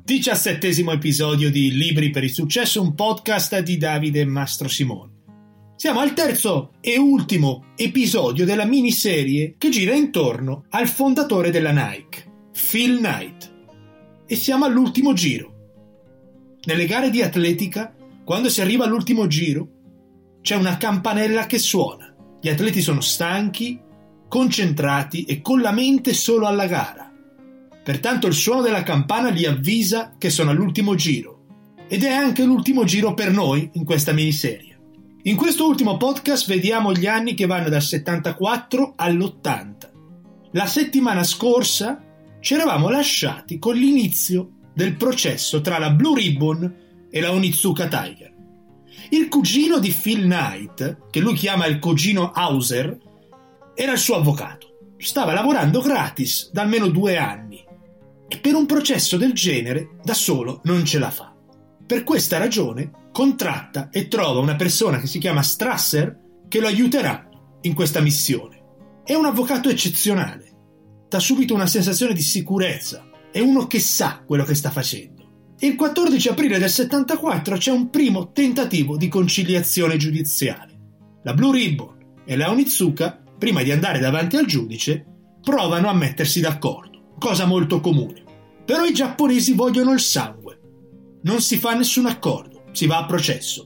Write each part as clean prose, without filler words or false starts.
17° episodio di Libri per il Successo, un podcast di Davide Mastrosimone. Siamo al terzo e ultimo episodio della miniserie che gira intorno al fondatore della Nike, Phil Knight. E siamo all'ultimo giro. Nelle gare di atletica, quando si arriva all'ultimo giro, c'è una campanella che suona. Gli atleti sono stanchi, concentrati e con la mente solo alla gara. Pertanto il suono della campana li avvisa che sono all'ultimo giro. Ed è anche l'ultimo giro per noi in questa miniserie. In questo ultimo podcast vediamo gli anni che vanno dal 74 all'80. La settimana scorsa ci eravamo lasciati con l'inizio del processo tra la Blue Ribbon e la Onitsuka Tiger. Il cugino di Phil Knight, che lui chiama il cugino Hauser, era il suo avvocato. Stava lavorando gratis da almeno 2 anni e per un processo del genere da solo non ce la fa. Per questa ragione contratta e trova una persona che si chiama Strasser che lo aiuterà in questa missione. È un avvocato eccezionale, dà subito una sensazione di sicurezza, è uno che sa quello che sta facendo. Il 14 aprile del 74 c'è un primo tentativo di conciliazione giudiziale. La Blue Ribbon e la Onitsuka, prima di andare davanti al giudice, provano a mettersi d'accordo, cosa molto comune. Però i giapponesi vogliono il sangue. Non si fa nessun accordo, si va a processo.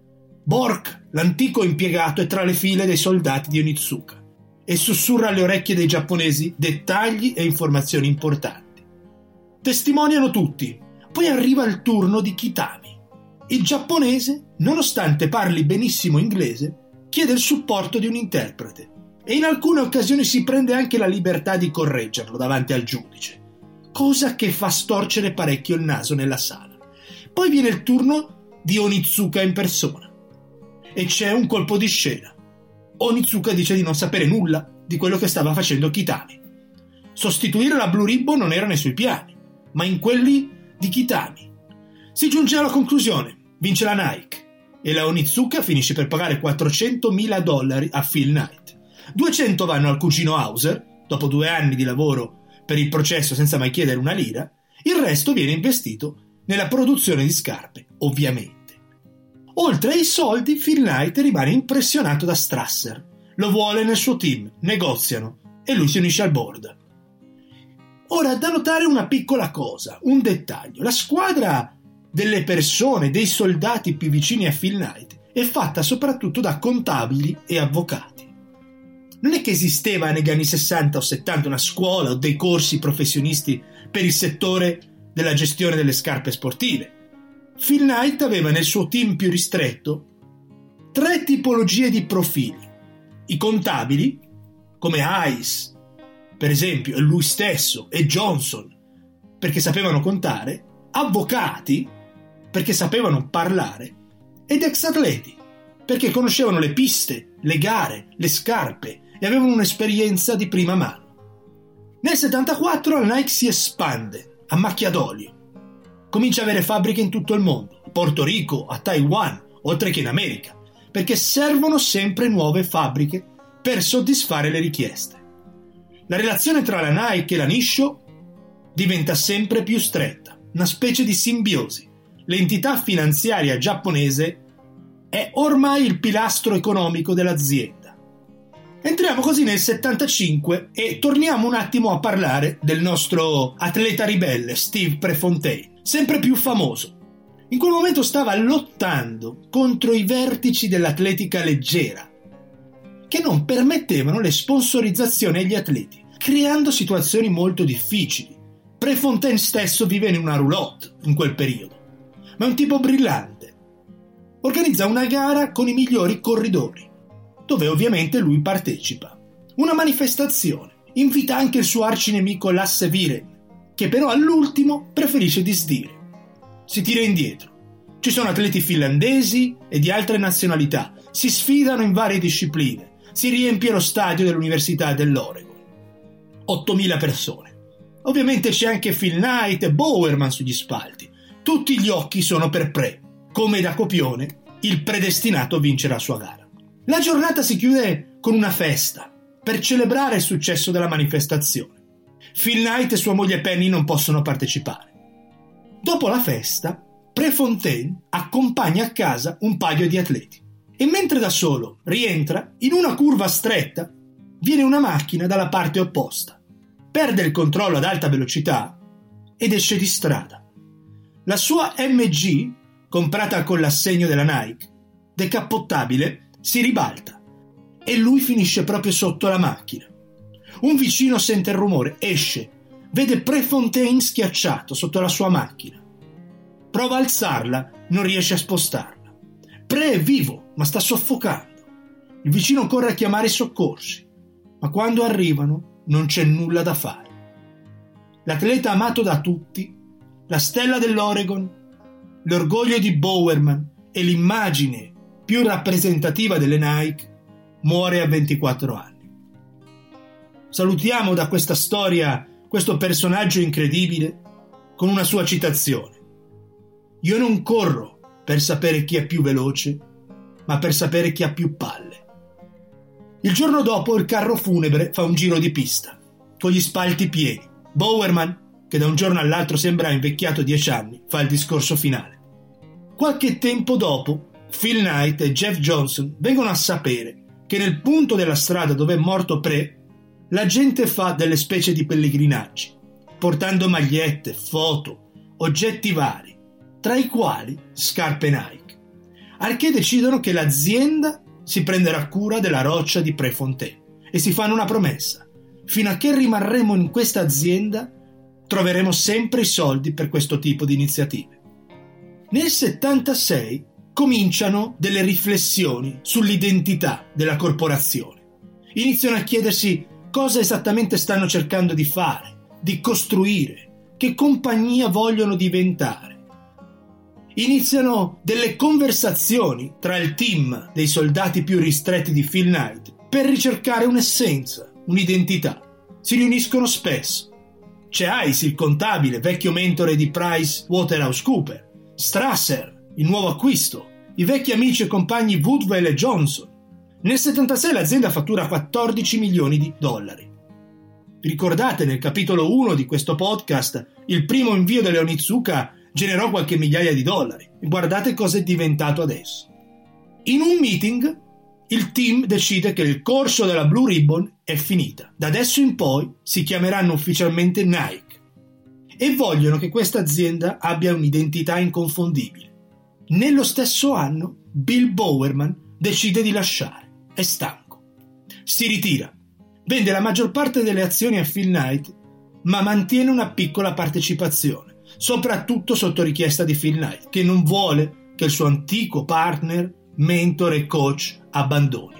Bork, l'antico impiegato, è tra le file dei soldati di Onitsuka e sussurra alle orecchie dei giapponesi dettagli e informazioni importanti. Testimoniano tutti. Poi arriva il turno di Kitami. Il giapponese, nonostante parli benissimo inglese, chiede il supporto di un interprete e in alcune occasioni si prende anche la libertà di correggerlo davanti al giudice, cosa che fa storcere parecchio il naso nella sala. Poi viene il turno di Onitsuka in persona e c'è un colpo di scena. Onitsuka dice di non sapere nulla di quello che stava facendo Kitami. Sostituire la Blue Ribbon non era nei suoi piani, ma in quelli di Kitami. Si giunge alla conclusione, vince la Nike e la Onitsuka finisce per pagare $400.000 a Phil Knight. 200 vanno al cugino Hauser, dopo 2 anni di lavoro per il processo senza mai chiedere una lira. Il resto viene investito nella produzione di scarpe, ovviamente. Oltre ai soldi, Phil Knight rimane impressionato da Strasser. Lo vuole nel suo team, negoziano e lui si unisce al board. Ora, da notare una piccola cosa, un dettaglio. La squadra delle persone, dei soldati più vicini a Phil Knight è fatta soprattutto da contabili e avvocati. Non è che esisteva negli anni 60 o 70 una scuola o dei corsi professionisti per il settore della gestione delle scarpe sportive. Phil Knight aveva nel suo team più ristretto 3 tipologie di profili. I contabili, come Ice, per esempio, e lui stesso, e Johnson, perché sapevano contare, avvocati, perché sapevano parlare, ed ex atleti, perché conoscevano le piste, le gare, le scarpe e avevano un'esperienza di prima mano. Nel 74 la Nike si espande a macchia d'olio. Comincia a avere fabbriche in tutto il mondo, a Porto Rico, a Taiwan, oltre che in America, perché servono sempre nuove fabbriche per soddisfare le richieste. La relazione tra la Nike e la Nissho diventa sempre più stretta, una specie di simbiosi. L'entità finanziaria giapponese è ormai il pilastro economico dell'azienda. Entriamo così nel 75 e torniamo un attimo a parlare del nostro atleta ribelle, Steve Prefontaine, sempre più famoso. In quel momento stava lottando contro i vertici dell'atletica leggera, che non permettevano le sponsorizzazioni agli atleti, creando situazioni molto difficili. Prefontaine stesso vive in una roulotte in quel periodo, ma è un tipo brillante. Organizza una gara con i migliori corridori, dove ovviamente lui partecipa. Una manifestazione. Invita anche il suo arcinemico Lasse Viren, che però all'ultimo preferisce disdire. Si tira indietro. Ci sono atleti finlandesi e di altre nazionalità. Si sfidano in varie discipline. Si riempie lo stadio dell'Università dell'Oregon. 8.000 persone. Ovviamente c'è anche Phil Knight e Bowerman sugli spalti. Tutti gli occhi sono per Pre. Come da copione, il predestinato vince la sua gara. La giornata si chiude con una festa per celebrare il successo della manifestazione. Phil Knight e sua moglie Penny non possono partecipare. Dopo la festa, Prefontaine accompagna a casa un paio di atleti e mentre da solo rientra, in una curva stretta, viene una macchina dalla parte opposta, perde il controllo ad alta velocità ed esce di strada. La sua MG, comprata con l'assegno della Nike, decappottabile, si ribalta e lui finisce proprio sotto la macchina. Un vicino sente il rumore, esce, vede Prefontaine schiacciato sotto la sua macchina. Prova a alzarla, non riesce a spostarla. Pre è vivo, ma sta soffocando. Il vicino corre a chiamare i soccorsi, ma quando arrivano non c'è nulla da fare. L'atleta amato da tutti, la stella dell'Oregon, l'orgoglio di Bowerman e l'immagine più rappresentativa delle Nike, muore a 24 anni. Salutiamo da questa storia questo personaggio incredibile con una sua citazione. Io non corro per sapere chi è più veloce, ma per sapere chi ha più palle. Il giorno dopo il carro funebre fa un giro di pista, con gli spalti pieni. Bowerman, che da un giorno all'altro sembra invecchiato 10 anni, fa il discorso finale. Qualche tempo dopo, Phil Knight e Jeff Johnson vengono a sapere che nel punto della strada dove è morto Pre, la gente fa delle specie di pellegrinaggi, portando magliette, foto, oggetti vari, tra i quali scarpe Nike, al che decidono che l'azienda si prenderà cura della roccia di Prefontaine e si fanno una promessa: fino a che rimarremo in questa azienda troveremo sempre i soldi per questo tipo di iniziative. Nel 76 cominciano delle riflessioni sull'identità della corporazione. Iniziano a chiedersi cosa esattamente stanno cercando di fare, di costruire, che compagnia vogliono diventare. Iniziano delle conversazioni tra il team dei soldati più ristretti di Phil Knight per ricercare un'essenza, un'identità. Si riuniscono spesso. C'è Ice, il contabile, vecchio mentore di Price Waterhouse Cooper, Strasser, il nuovo acquisto, i vecchi amici e compagni Woodwell e Johnson. Nel 76 l'azienda fattura 14 milioni di dollari. Vi ricordate nel capitolo 1 di questo podcast il primo invio delle Onitsuka generò qualche migliaia di dollari e guardate cosa è diventato adesso. In un meeting il team decide che il corso della Blue Ribbon è finita. Da adesso in poi si chiameranno ufficialmente Nike e vogliono che questa azienda abbia un'identità inconfondibile. Nello stesso anno Bill Bowerman decide di lasciare, è stanco, si ritira, vende la maggior parte delle azioni a Phil Knight ma mantiene una piccola partecipazione, soprattutto sotto richiesta di Phil Knight, che non vuole che il suo antico partner, mentore e coach abbandoni.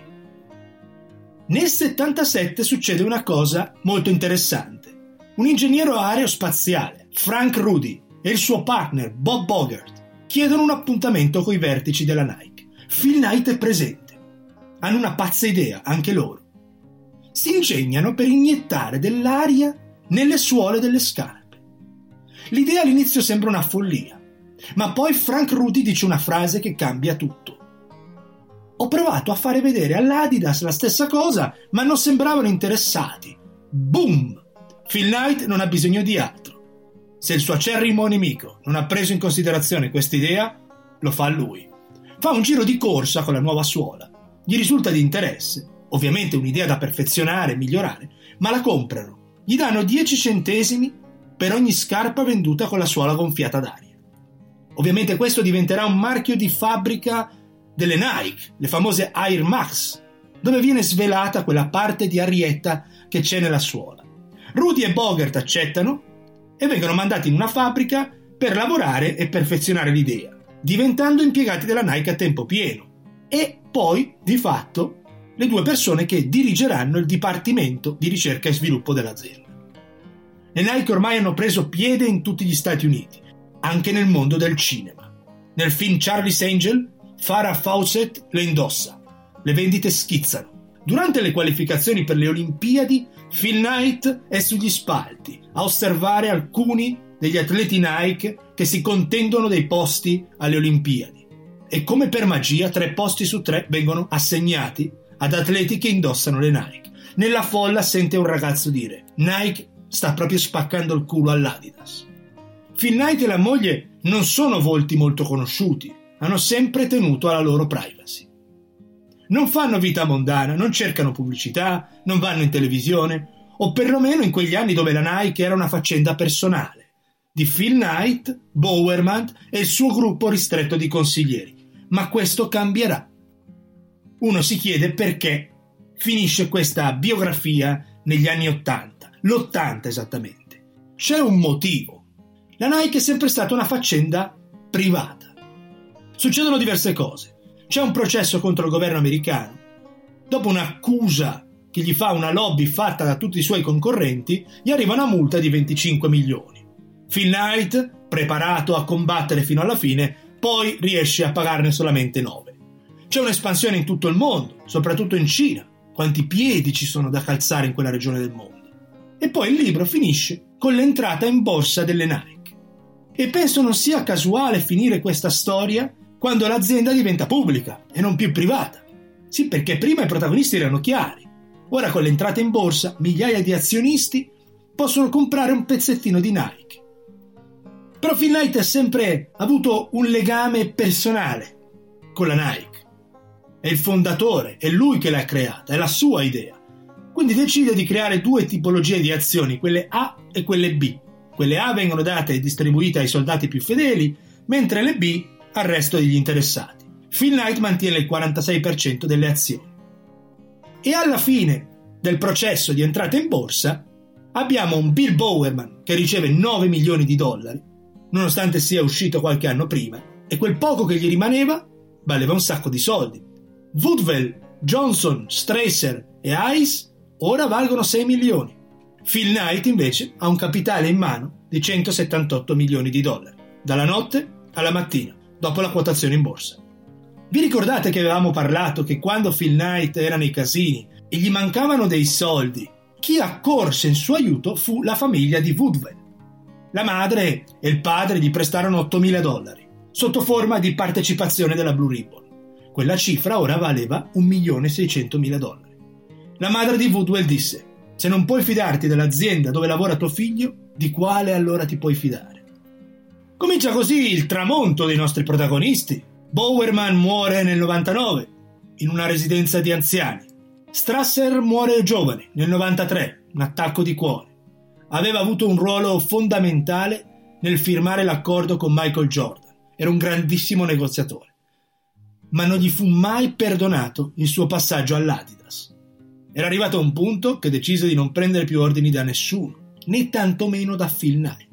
Nel 77 succede una cosa molto interessante. Un ingegnere aerospaziale, Frank Rudy, e il suo partner, Bob Bogert, chiedono un appuntamento coi vertici della Nike. Phil Knight è presente. Hanno una pazza idea, anche loro. Si ingegnano per iniettare dell'aria nelle suole delle scarpe. L'idea all'inizio sembra una follia, ma poi Frank Rudy dice una frase che cambia tutto. Ho provato a fare vedere all'Adidas la stessa cosa, ma non sembravano interessati. Boom! Phil Knight non ha bisogno di altro. Se il suo acerrimo nemico non ha preso in considerazione questa idea, lo fa lui. Fa un giro di corsa con la nuova suola. Gli risulta di interesse, ovviamente un'idea da perfezionare e migliorare, ma la comprano. Gli danno 10 centesimi per ogni scarpa venduta con la suola gonfiata d'aria. Ovviamente questo diventerà un marchio di fabbrica delle Nike, le famose Air Max, dove viene svelata quella parte di arietta che c'è nella suola. Rudy e Bogert accettano e vengono mandati in una fabbrica per lavorare e perfezionare l'idea, diventando impiegati della Nike a tempo pieno e poi, di fatto, le due persone che dirigeranno il dipartimento di ricerca e sviluppo dell'azienda. Le Nike ormai hanno preso piede in tutti gli Stati Uniti, anche nel mondo del cinema. Nel film Charlie's Angel, Farrah Fawcett le indossa. Le vendite schizzano. Durante le qualificazioni per le Olimpiadi, Phil Knight è sugli spalti a osservare alcuni degli atleti Nike che si contendono dei posti alle Olimpiadi. E come per magia 3 posti su 3 vengono assegnati ad atleti che indossano le Nike. Nella folla sente un ragazzo dire: Nike sta proprio spaccando il culo all'Adidas. Phil Knight e la moglie non sono volti molto conosciuti, hanno sempre tenuto alla loro privacy. Non fanno vita mondana, non cercano pubblicità, non vanno in televisione, o perlomeno in quegli anni dove la Nike era una faccenda personale di Phil Knight, Bowerman e il suo gruppo ristretto di consiglieri. Ma questo cambierà. Uno si chiede perché finisce questa biografia negli anni '80, l'80 esattamente. C'è un motivo. La Nike è sempre stata una faccenda privata. Succedono diverse cose. C'è un processo contro il governo americano. Dopo un'accusa che gli fa una lobby fatta da tutti i suoi concorrenti, gli arriva una multa di 25 milioni. Phil Knight, preparato a combattere fino alla fine, poi riesce a pagarne solamente 9. C'è un'espansione in tutto il mondo, soprattutto in Cina. Quanti piedi ci sono da calzare in quella regione del mondo. E poi il libro finisce con l'entrata in borsa delle Nike. E penso non sia casuale finire questa storia quando l'azienda diventa pubblica e non più privata. Sì, perché prima i protagonisti erano chiari. Ora con l'entrata in borsa migliaia di azionisti possono comprare un pezzettino di Nike. Però Phil Knight ha sempre avuto un legame personale con la Nike. È il fondatore, è lui che l'ha creata, è la sua idea. Quindi decide di creare due tipologie di azioni, quelle A e quelle B. Quelle A vengono date e distribuite ai soldati più fedeli, mentre le B al resto degli interessati. Phil Knight mantiene il 46% delle azioni. E alla fine del processo di entrata in borsa abbiamo un Bill Bowerman che riceve 9 milioni di dollari, nonostante sia uscito qualche anno prima, e quel poco che gli rimaneva valeva un sacco di soldi. Woodwell, Johnson, Strasser e Ice ora valgono 6 milioni. Phil Knight invece ha un capitale in mano di 178 milioni di dollari, dalla notte alla mattina, dopo la quotazione in borsa. Vi ricordate che avevamo parlato che quando Phil Knight era nei casini e gli mancavano dei soldi, chi accorse in suo aiuto fu la famiglia di Woodwell. La madre e il padre gli prestarono 8.000 dollari, sotto forma di partecipazione della Blue Ribbon. Quella cifra ora valeva 1.600.000 dollari. La madre di Woodwell disse: se non puoi fidarti dell'azienda dove lavora tuo figlio, di quale allora ti puoi fidare? Comincia così il tramonto dei nostri protagonisti. Bowerman muore nel 99 in una residenza di anziani. Strasser muore giovane nel 93, un attacco di cuore. Aveva avuto un ruolo fondamentale nel firmare l'accordo con Michael Jordan. Era un grandissimo negoziatore. Ma non gli fu mai perdonato il suo passaggio all'Adidas. Era arrivato a un punto che decise di non prendere più ordini da nessuno, né tantomeno da Phil Knight.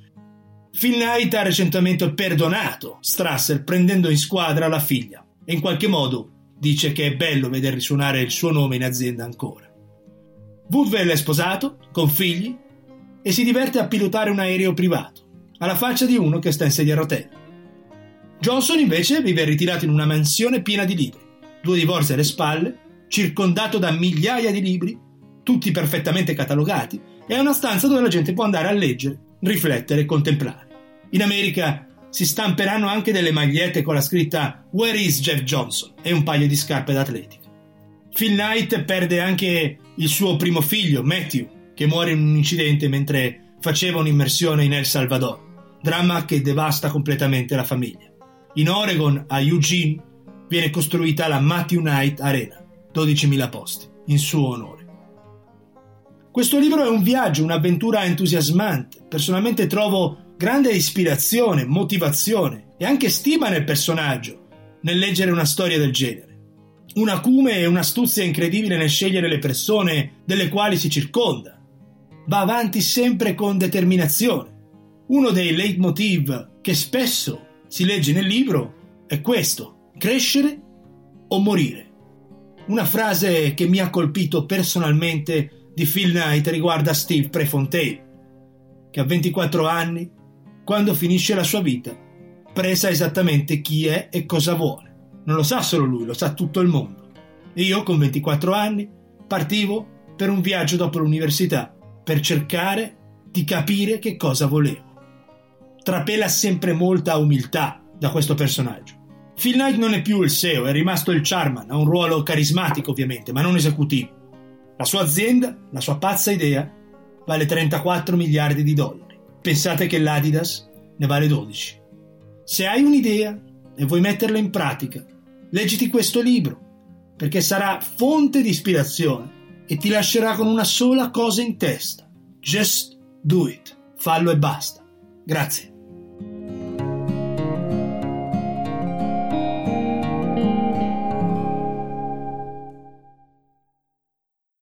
Phil Knight ha recentemente perdonato Strasser prendendo in squadra la figlia e in qualche modo dice che è bello veder risuonare il suo nome in azienda ancora. Woodwell è sposato, con figli, e si diverte a pilotare un aereo privato, alla faccia di uno che sta in sedia a rotelle. Johnson invece vive ritirato in una mansione piena di libri, 2 divorzi alle spalle, circondato da migliaia di libri, tutti perfettamente catalogati, e ha una stanza dove la gente può andare a leggere, riflettere e contemplare. In America si stamperanno anche delle magliette con la scritta "Where is Jeff Johnson?" e un paio di scarpe d'atletica. Phil Knight perde anche il suo primo figlio, Matthew, che muore in un incidente mentre faceva un'immersione in El Salvador, dramma che devasta completamente la famiglia. In Oregon, a Eugene, viene costruita la Matthew Knight Arena, 12.000 posti, in suo onore. Questo libro è un viaggio, un'avventura entusiasmante. Personalmente trovo grande ispirazione, motivazione e anche stima nel personaggio nel leggere una storia del genere. Un acume e un'astuzia incredibile nel scegliere le persone delle quali si circonda. Va avanti sempre con determinazione. Uno dei leitmotiv che spesso si legge nel libro è questo: crescere o morire. Una frase che mi ha colpito personalmente di Phil Knight riguarda Steve Prefontaine, che a 24 anni, quando finisce la sua vita, presa esattamente chi è e cosa vuole. Non lo sa solo lui, lo sa tutto il mondo. E io, con 24 anni, partivo per un viaggio dopo l'università per cercare di capire che cosa volevo. Trapela sempre molta umiltà da questo personaggio. Phil Knight non è più il CEO, è rimasto il chairman, ha un ruolo carismatico ovviamente, ma non esecutivo. La sua azienda, la sua pazza idea, vale 34 miliardi di dollari. Pensate che l'Adidas ne vale 12. Se hai un'idea e vuoi metterla in pratica, leggiti questo libro, perché sarà fonte di ispirazione e ti lascerà con una sola cosa in testa. Just do it. Fallo e basta. Grazie.